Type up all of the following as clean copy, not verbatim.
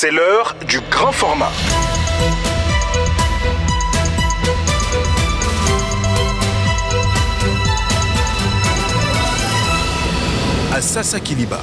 C'est l'heure du grand format. Assassa Kiliba.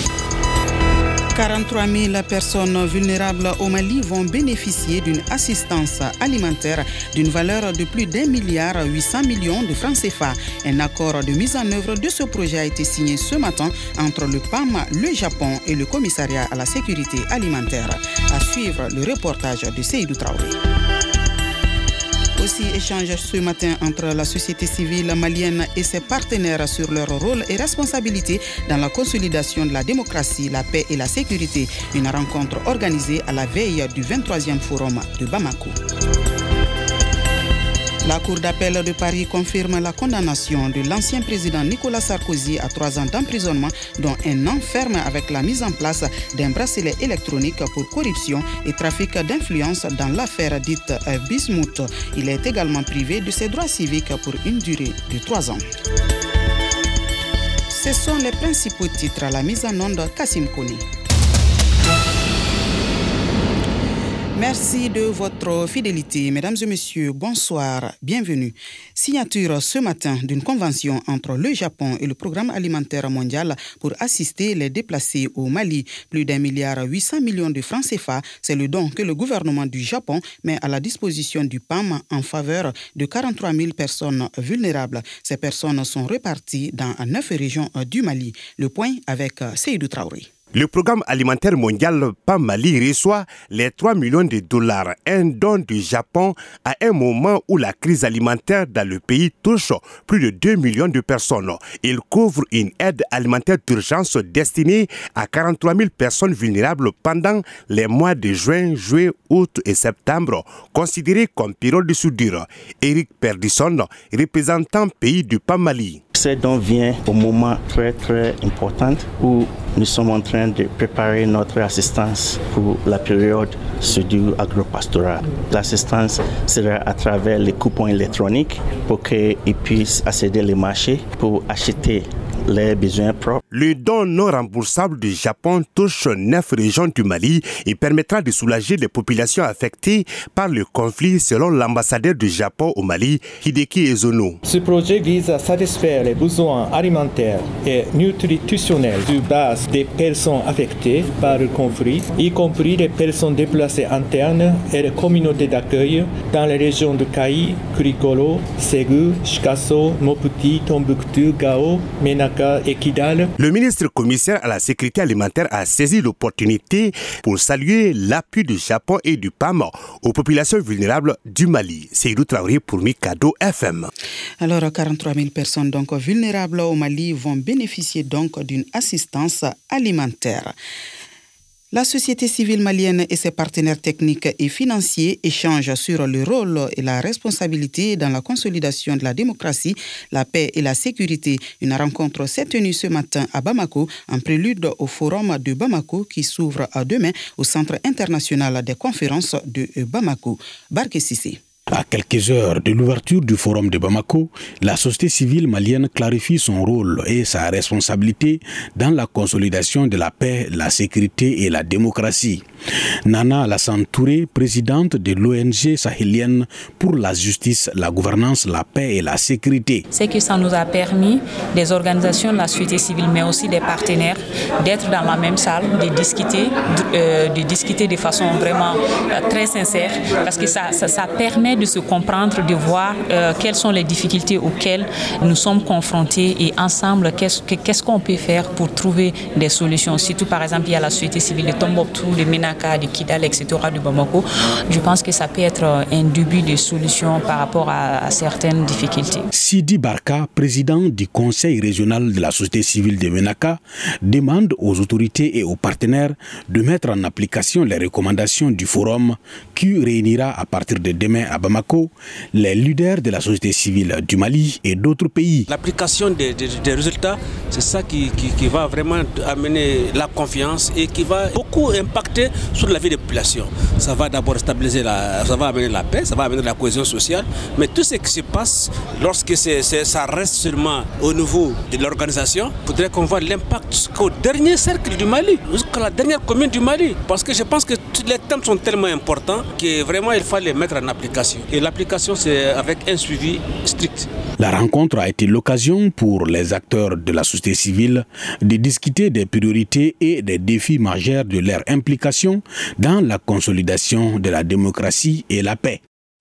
43 000 personnes vulnérables au Mali vont bénéficier d'une assistance alimentaire d'une valeur de plus d'1,8 milliard de francs CFA. Un accord de mise en œuvre de ce projet a été signé ce matin entre le PAM, le Japon et le Commissariat à la sécurité alimentaire. À suivre le reportage de Seydou Traoré. Aussi, échange ce matin entre la société civile malienne et ses partenaires sur leur rôle et responsabilité dans la consolidation de la démocratie, la paix et la sécurité. Une rencontre organisée à la veille du 23e forum de Bamako. La Cour d'appel de Paris confirme la condamnation de l'ancien président Nicolas Sarkozy à 3 ans d'emprisonnement, dont 1 an ferme avec la mise en place d'un bracelet électronique pour corruption et trafic d'influence dans l'affaire dite Bismuth. Il est également privé de ses droits civiques pour une durée de 3 ans. Ce sont les principaux titres à la mise en onde Kassim Kone. Merci de votre fidélité. Mesdames et messieurs, bonsoir, bienvenue. Signature ce matin d'une convention entre le Japon et le Programme alimentaire mondial pour assister les déplacés au Mali. Plus d'1,8 milliard de francs CFA, c'est le don que le gouvernement du Japon met à la disposition du PAM en faveur de 43 000 personnes vulnérables. Ces personnes sont réparties dans 9 régions du Mali. Le point avec Seydou Traoré. Le programme alimentaire mondial PAM Mali reçoit les 3 millions de dollars, un don du Japon à un moment où la crise alimentaire dans le pays touche plus de 2 millions de personnes. Il couvre une aide alimentaire d'urgence destinée à 43 000 personnes vulnérables pendant les mois de juin, juillet, août et septembre, considérés comme période de soudure. Eric Perdisson, représentant pays du PAM Mali. Ce don vient au moment très important où nous sommes en train de préparer notre assistance pour la période soudure agro-pastorale. L'assistance sera à travers les coupons électroniques pour qu'ils puissent accéder aux marchés pour acheter les besoins propres. Le don non remboursable du Japon touche 9 régions du Mali et permettra de soulager les populations affectées par le conflit selon l'ambassadeur du Japon au Mali, Hideki Ezono. Ce projet vise à satisfaire les besoins alimentaires et nutritionnels de base des personnes affectées par le conflit, y compris les personnes déplacées internes et les communautés d'accueil dans les régions de Kaï, Kurikoro, Ségou, Chikasso, Mopti, Tombouctou, Gao, Menaka et Kidal. Le ministre commissaire à la sécurité alimentaire a saisi l'opportunité pour saluer l'appui du Japon et du PAM aux populations vulnérables du Mali. Seydou Traoré pour Mikado FM. Alors, 43 000 personnes donc vulnérables au Mali vont bénéficier donc d'une assistance alimentaire. La société civile malienne et ses partenaires techniques et financiers échangent sur le rôle et la responsabilité dans la consolidation de la démocratie, la paix et la sécurité. Une rencontre s'est tenue ce matin à Bamako, en prélude au forum de Bamako qui s'ouvre demain au Centre international des conférences de Bamako. Barké Sissé. À quelques heures de l'ouverture du forum de Bamako, la société civile malienne clarifie son rôle et sa responsabilité dans la consolidation de la paix, la sécurité et la démocratie. Nana Alassane Touré, présidente de l'ONG sahélienne pour la justice, la gouvernance, la paix et la sécurité. C'est que ça nous a permis, des organisations de la société civile, mais aussi des partenaires, d'être dans la même salle, de discuter de façon vraiment très sincère, parce que ça permet de se comprendre, de voir quelles sont les difficultés auxquelles nous sommes confrontés et ensemble, qu'est-ce qu'on peut faire pour trouver des solutions. Surtout, par exemple, il y a la société civile de Tombouctou, de Menaka, de Kidal, etc., de Bamako. Je pense que ça peut être un début de solution par rapport à certaines difficultés. Sidi Barka, président du conseil régional de la société civile de Menaka, demande aux autorités et aux partenaires de mettre en application les recommandations du forum qui réunira à partir de demain à Bamako Bamako, les leaders de la société civile du Mali et d'autres pays. L'application des résultats, c'est ça qui va vraiment amener la confiance et qui va beaucoup impacter sur la vie des populations. Ça va d'abord stabiliser, ça va amener la paix, ça va amener la cohésion sociale, mais tout ce qui se passe, lorsque ça reste seulement au niveau de l'organisation, il faudrait qu'on voit l'impact jusqu'au dernier cercle du Mali, jusqu'à la dernière commune du Mali, parce que je pense que tous les thèmes sont tellement importants que vraiment il faut les mettre en application. Et l'application, c'est avec un suivi strict. La rencontre a été l'occasion pour les acteurs de la société civile de discuter des priorités et des défis majeurs de leur implication dans la consolidation de la démocratie et la paix.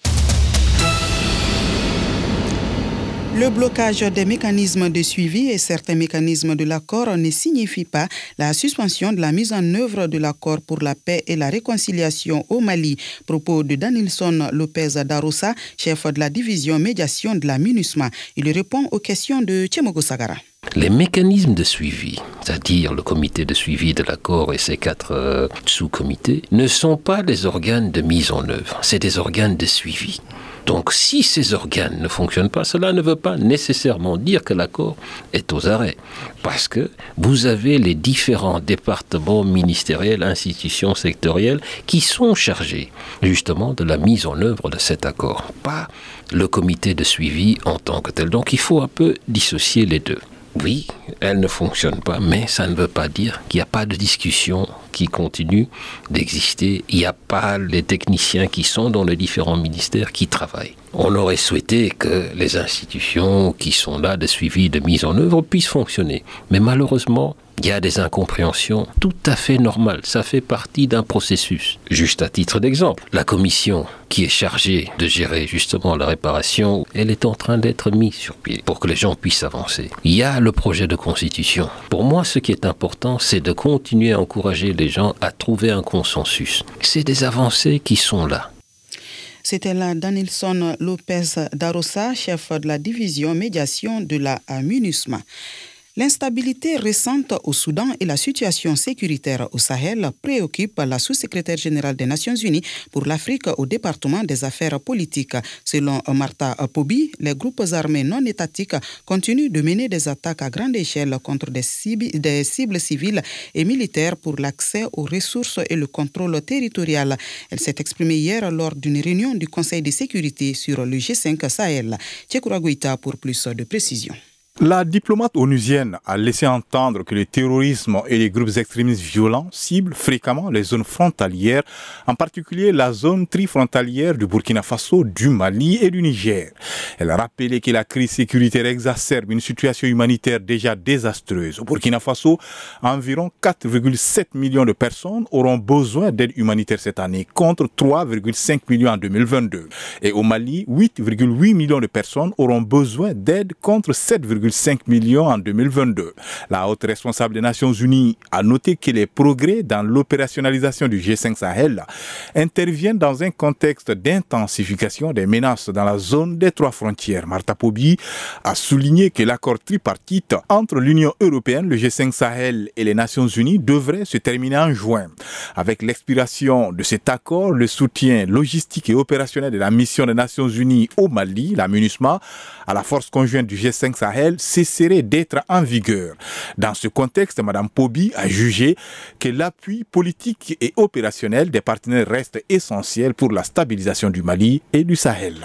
Le blocage des mécanismes de suivi et certains mécanismes de l'accord ne signifie pas la suspension de la mise en œuvre de l'accord pour la paix et la réconciliation au Mali. Propos de Danilson Lopez Darossa, chef de la division médiation de la MINUSMA. Il répond aux questions de Tchemogo Sagara. Les mécanismes de suivi, c'est-à-dire le comité de suivi de l'accord et ses 4 sous-comités, ne sont pas des organes de mise en œuvre, c'est des organes de suivi. Donc si ces organes ne fonctionnent pas, cela ne veut pas nécessairement dire que l'accord est aux arrêts. Parce que vous avez les différents départements ministériels, institutions sectorielles qui sont chargés justement de la mise en œuvre de cet accord, pas le comité de suivi en tant que tel. Donc il faut un peu dissocier les deux. Oui, elle ne fonctionne pas, mais ça ne veut pas dire qu'il n'y a pas de discussion qui continue d'exister. Il n'y a pas les techniciens qui sont dans les différents ministères qui travaillent. On aurait souhaité que les institutions qui sont là de suivi, de mise en œuvre puissent fonctionner. Mais malheureusement, il y a des incompréhensions tout à fait normales. Ça fait partie d'un processus. Juste à titre d'exemple, la commission qui est chargée de gérer justement la réparation, elle est en train d'être mise sur pied pour que les gens puissent avancer. Il y a le projet de constitution. Pour moi, ce qui est important, c'est de continuer à encourager les gens à trouver un consensus. C'est des avancées qui sont là. C'était là Danilson Lopez Darossa, chef de la division médiation de la MINUSMA. L'instabilité récente au Soudan et la situation sécuritaire au Sahel préoccupent la sous-secrétaire générale des Nations Unies pour l'Afrique au département des affaires politiques. Selon Martha Pobi, les groupes armés non étatiques continuent de mener des attaques à grande échelle contre des cibles civiles et militaires pour l'accès aux ressources et le contrôle territorial. Elle s'est exprimée hier lors d'une réunion du Conseil de sécurité sur le G5 Sahel. Tchekoura Goïta pour plus de précisions. La diplomate onusienne a laissé entendre que le terrorisme et les groupes extrémistes violents ciblent fréquemment les zones frontalières, en particulier la zone trifrontalière du Burkina Faso, du Mali et du Niger. Elle a rappelé que la crise sécuritaire exacerbe une situation humanitaire déjà désastreuse. Au Burkina Faso, environ 4,7 millions de personnes auront besoin d'aide humanitaire cette année, contre 3,5 millions en 2022. Et au Mali, 8,8 millions de personnes auront besoin d'aide contre 7,5 millions en 2022. La haute responsable des Nations Unies a noté que les progrès dans l'opérationnalisation du G5 Sahel interviennent dans un contexte d'intensification des menaces dans la zone des 3 frontières. Martha Pobi a souligné que l'accord tripartite entre l'Union européenne, le G5 Sahel et les Nations Unies devrait se terminer en juin. Avec l'expiration de cet accord, le soutien logistique et opérationnel de la mission des Nations Unies au Mali, la MINUSMA, à la force conjointe du G5 Sahel, cesserait d'être en vigueur. Dans ce contexte, Mme Pobi a jugé que l'appui politique et opérationnel des partenaires reste essentiel pour la stabilisation du Mali et du Sahel.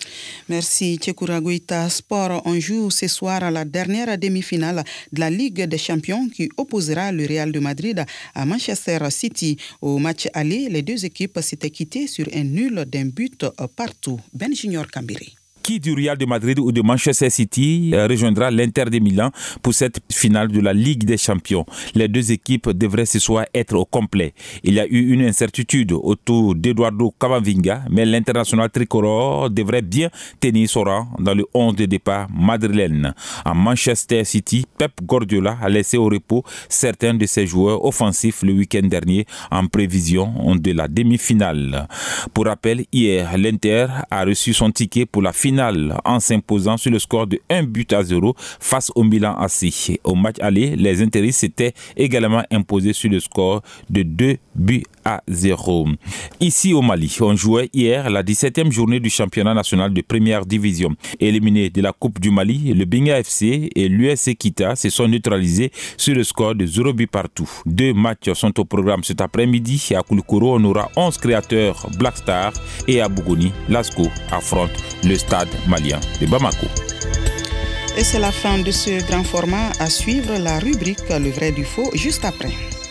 Merci Tchekoura Goïta. Sport, on joue ce soir à la dernière demi-finale de la Ligue des Champions qui opposera le Real de Madrid à Manchester City. Au match aller, les deux équipes s'étaient quittées sur un nul d'un but partout. Ben Junior Kambiri. Qui du Real de Madrid ou de Manchester City rejoindra l'Inter de Milan pour cette finale de la Ligue des Champions. Les deux équipes devraient ce soir être au complet. Il y a eu une incertitude autour d'Eduardo Camavinga, mais l'international tricolore devrait bien tenir son rang dans le 11 de départ madrilène. À Manchester City, Pep Guardiola a laissé au repos certains de ses joueurs offensifs le week-end dernier en prévision de la demi-finale. Pour rappel, hier, l'Inter a reçu son ticket pour la finale finale en s'imposant sur le score de 1-0 face au Milan AC. Au match aller, les Interistes s'étaient également imposés sur le score de 2-0. Ici au Mali, on jouait hier la 17e journée du championnat national de première division. Éliminé de la Coupe du Mali, le Binga FC et l'USC Kita se sont neutralisés sur le score de 0 partout. 2 matchs sont au programme cet après-midi. À Koulikoro, on aura 11 créateurs Black Star et à Bougouni, Lasco affronte le stade malien de Bamako. Et c'est la fin de ce grand format. À suivre la rubrique Le vrai du faux juste après.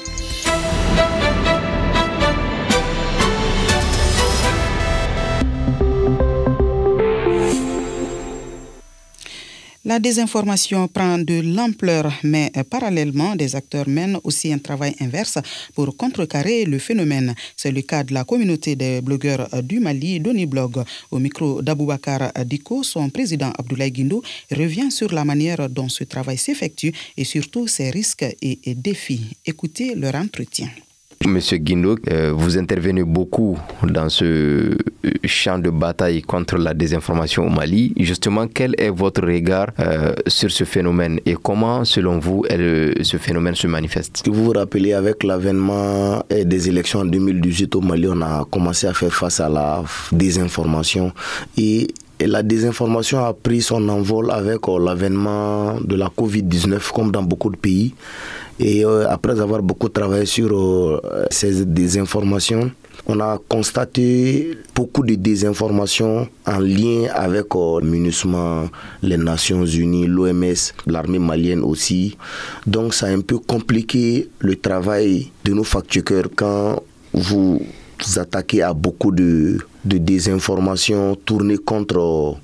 La désinformation prend de l'ampleur, mais parallèlement, des acteurs mènent aussi un travail inverse pour contrecarrer le phénomène. C'est le cas de la communauté des blogueurs du Mali, Doniblog. Au micro d'Aboubacar Diko, son président Abdoulaye Guindo revient sur la manière dont ce travail s'effectue et surtout ses risques et défis. Écoutez leur entretien. Monsieur Guindo, vous intervenez beaucoup dans ce champ de bataille contre la désinformation au Mali. Justement, quel est votre regard sur ce phénomène et comment, selon vous, ce phénomène se manifeste? Si vous vous rappelez, avec l'avènement des élections en 2018 au Mali, on a commencé à faire face à la désinformation et la désinformation a pris son envol avec l'avènement de la Covid-19, comme dans beaucoup de pays. Et après avoir beaucoup travaillé sur ces désinformations, on a constaté beaucoup de désinformations en lien avec le MINUSMA, les Nations Unies, l'OMS, l'armée malienne aussi. Donc ça a un peu compliqué le travail de nos fact-checkers quand vous attaquez à beaucoup de désinformations tournées contre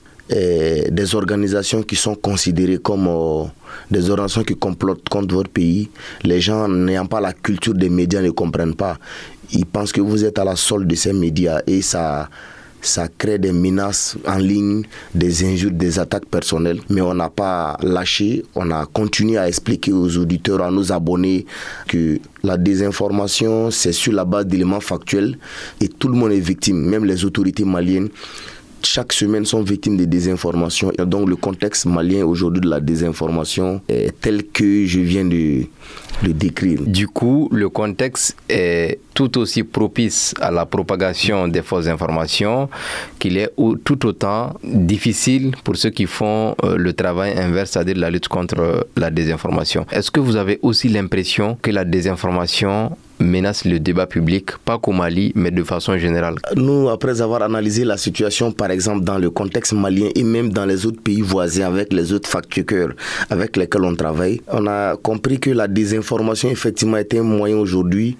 des organisations qui sont considérées comme des organisations qui complotent contre votre pays. Les gens n'ayant pas la culture des médias ne comprennent pas. Ils pensent que vous êtes à la solde de ces médias et ça crée des menaces en ligne, des injures, des attaques personnelles. Mais on n'a pas lâché, on a continué à expliquer aux auditeurs, à nos abonnés que la désinformation, c'est sur la base d'éléments factuels et tout le monde est victime, même les autorités maliennes. Chaque semaine sont victimes de désinformation. Et donc le contexte malien aujourd'hui de la désinformation est tel que je viens de le décrire. Du coup, le contexte est tout aussi propice à la propagation des fausses informations qu'il est tout autant difficile pour ceux qui font le travail inverse, c'est-à-dire la lutte contre la désinformation. Est-ce que vous avez aussi l'impression que la désinformation menace le débat public, pas qu'au Mali, mais de façon générale? Nous, après avoir analysé la situation, par exemple, dans le contexte malien et même dans les autres pays voisins, avec les autres fact-checkers avec lesquels on travaille, on a compris que la désinformation, effectivement, est un moyen aujourd'hui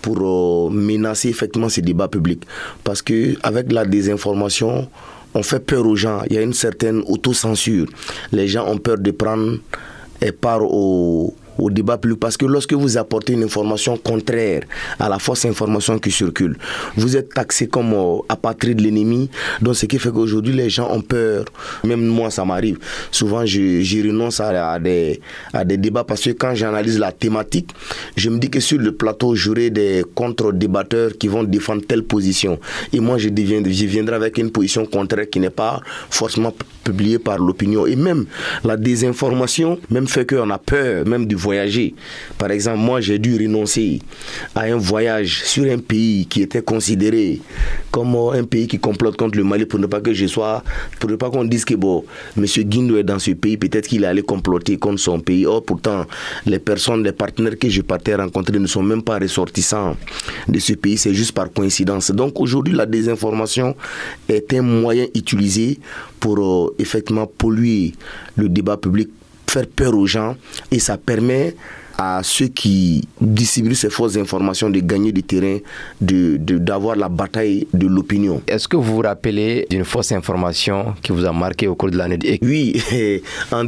pour menacer, effectivement, ces débats publics. Parce qu'avec la désinformation, on fait peur aux gens. Il y a une certaine autocensure. Les gens ont peur de prendre part au débat public, parce que lorsque vous apportez une information contraire à la fausse information qui circule, vous êtes taxé comme apatride de l'ennemi. Donc ce qui fait qu'aujourd'hui les gens ont peur. Même moi ça m'arrive. Souvent je renonce à des débats parce que quand j'analyse la thématique, je me dis que sur le plateau j'aurai des contre-débatteurs qui vont défendre telle position. Et moi je viendrai avec une position contraire qui n'est pas forcément publiée par l'opinion. Et même la désinformation même fait qu'on a peur même du voyager. Par exemple, moi j'ai dû renoncer à un voyage sur un pays qui était considéré comme un pays qui complote contre le Mali pour ne pas qu'on dise que M. Guindo est dans ce pays, peut-être qu'il est allé comploter contre son pays. Or pourtant, les partenaires que je partais rencontrer ne sont même pas ressortissants de ce pays, c'est juste par coïncidence. Donc aujourd'hui, la désinformation est un moyen utilisé pour effectivement polluer le débat public, faire peur aux gens, et ça permet à ceux qui distribuent ces fausses informations de gagner du terrain, d'avoir la bataille de l'opinion. Est-ce que vous vous rappelez d'une fausse information qui vous a marqué au cours de l'année? Oui, en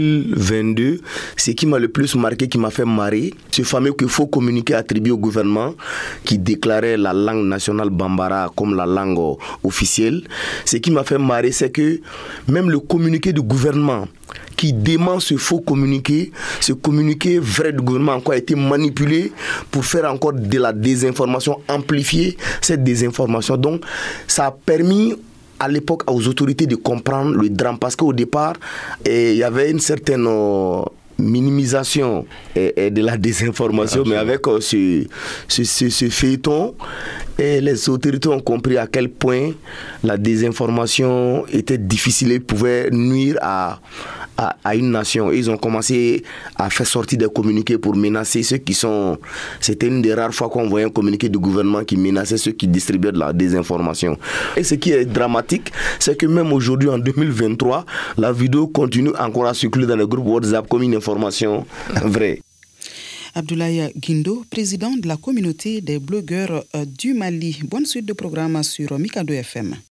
2022, ce qui m'a le plus marqué, qui m'a fait marrer, ce fameux faux communiqué attribué au gouvernement qui déclarait la langue nationale bambara comme la langue officielle. Ce qui m'a fait marrer, c'est que même le communiqué du gouvernement qui dément ce faux communiqué, ce communiqué vrai du gouvernement a encore été manipulé pour faire encore de la désinformation, amplifier cette désinformation. Donc, ça a permis à l'époque aux autorités de comprendre le drame, parce qu'au départ, il y avait une certaine minimisation et de la désinformation, mais avec ce feuilleton, et les autorités ont compris à quel point la désinformation était difficile et pouvait nuire à une nation. Ils ont commencé à faire sortir des communiqués pour menacer ceux qui sont... C'était une des rares fois qu'on voyait un communiqué du gouvernement qui menaçait ceux qui distribuaient de la désinformation. Et ce qui est dramatique, c'est que même aujourd'hui, en 2023, la vidéo continue encore à circuler dans le groupe WhatsApp comme une information vraie. Abdoulaye Guindo, président de la communauté des blogueurs du Mali. Bonne suite de programme sur Mikado FM.